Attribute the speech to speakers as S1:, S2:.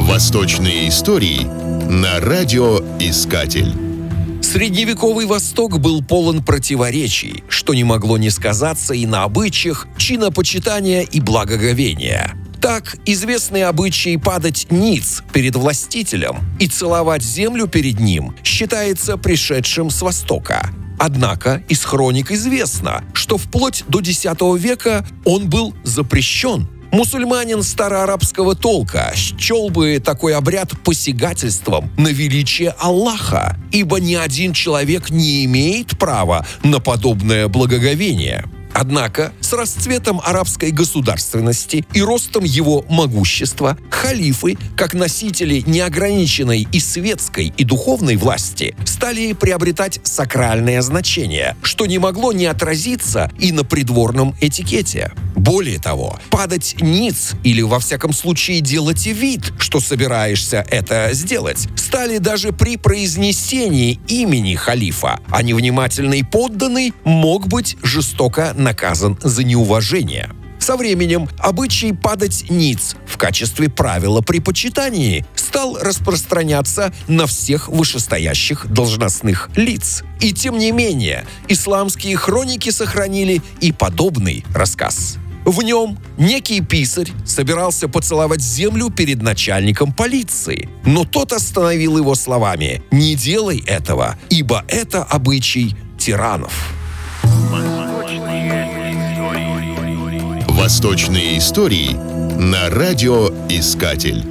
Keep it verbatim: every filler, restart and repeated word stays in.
S1: Восточные истории на радиоискатель.
S2: Средневековый Восток был полон противоречий, что не могло не сказаться и на обычаях, чинопочитания и благоговения. Так, известный обычай падать ниц перед властителем и целовать землю перед ним считается пришедшим с Востока. Однако из хроник известно, что вплоть до десятого века он был запрещен. Мусульманин староарабского толка счел бы такой обряд посягательством на величие Аллаха, ибо ни один человек не имеет права на подобное благоговение. Однако с расцветом арабской государственности и ростом его могущества халифы, как носители неограниченной и светской, и духовной власти, стали приобретать сакральное значение, что не могло не отразиться и на придворном этикете. Более того, падать ниц или, во всяком случае, делать вид, что собираешься это сделать, стали даже при произнесении имени халифа, а невнимательный подданный мог быть жестоко наказан за неуважение. Со временем обычай падать ниц в качестве правила при почитании стал распространяться на всех вышестоящих должностных лиц. И тем не менее, исламские хроники сохранили и подобный рассказ. В нем некий писарь собирался поцеловать землю перед начальником полиции, но тот остановил его словами: «Не делай этого, ибо это обычай тиранов».
S1: Восточные истории на радиоискатель.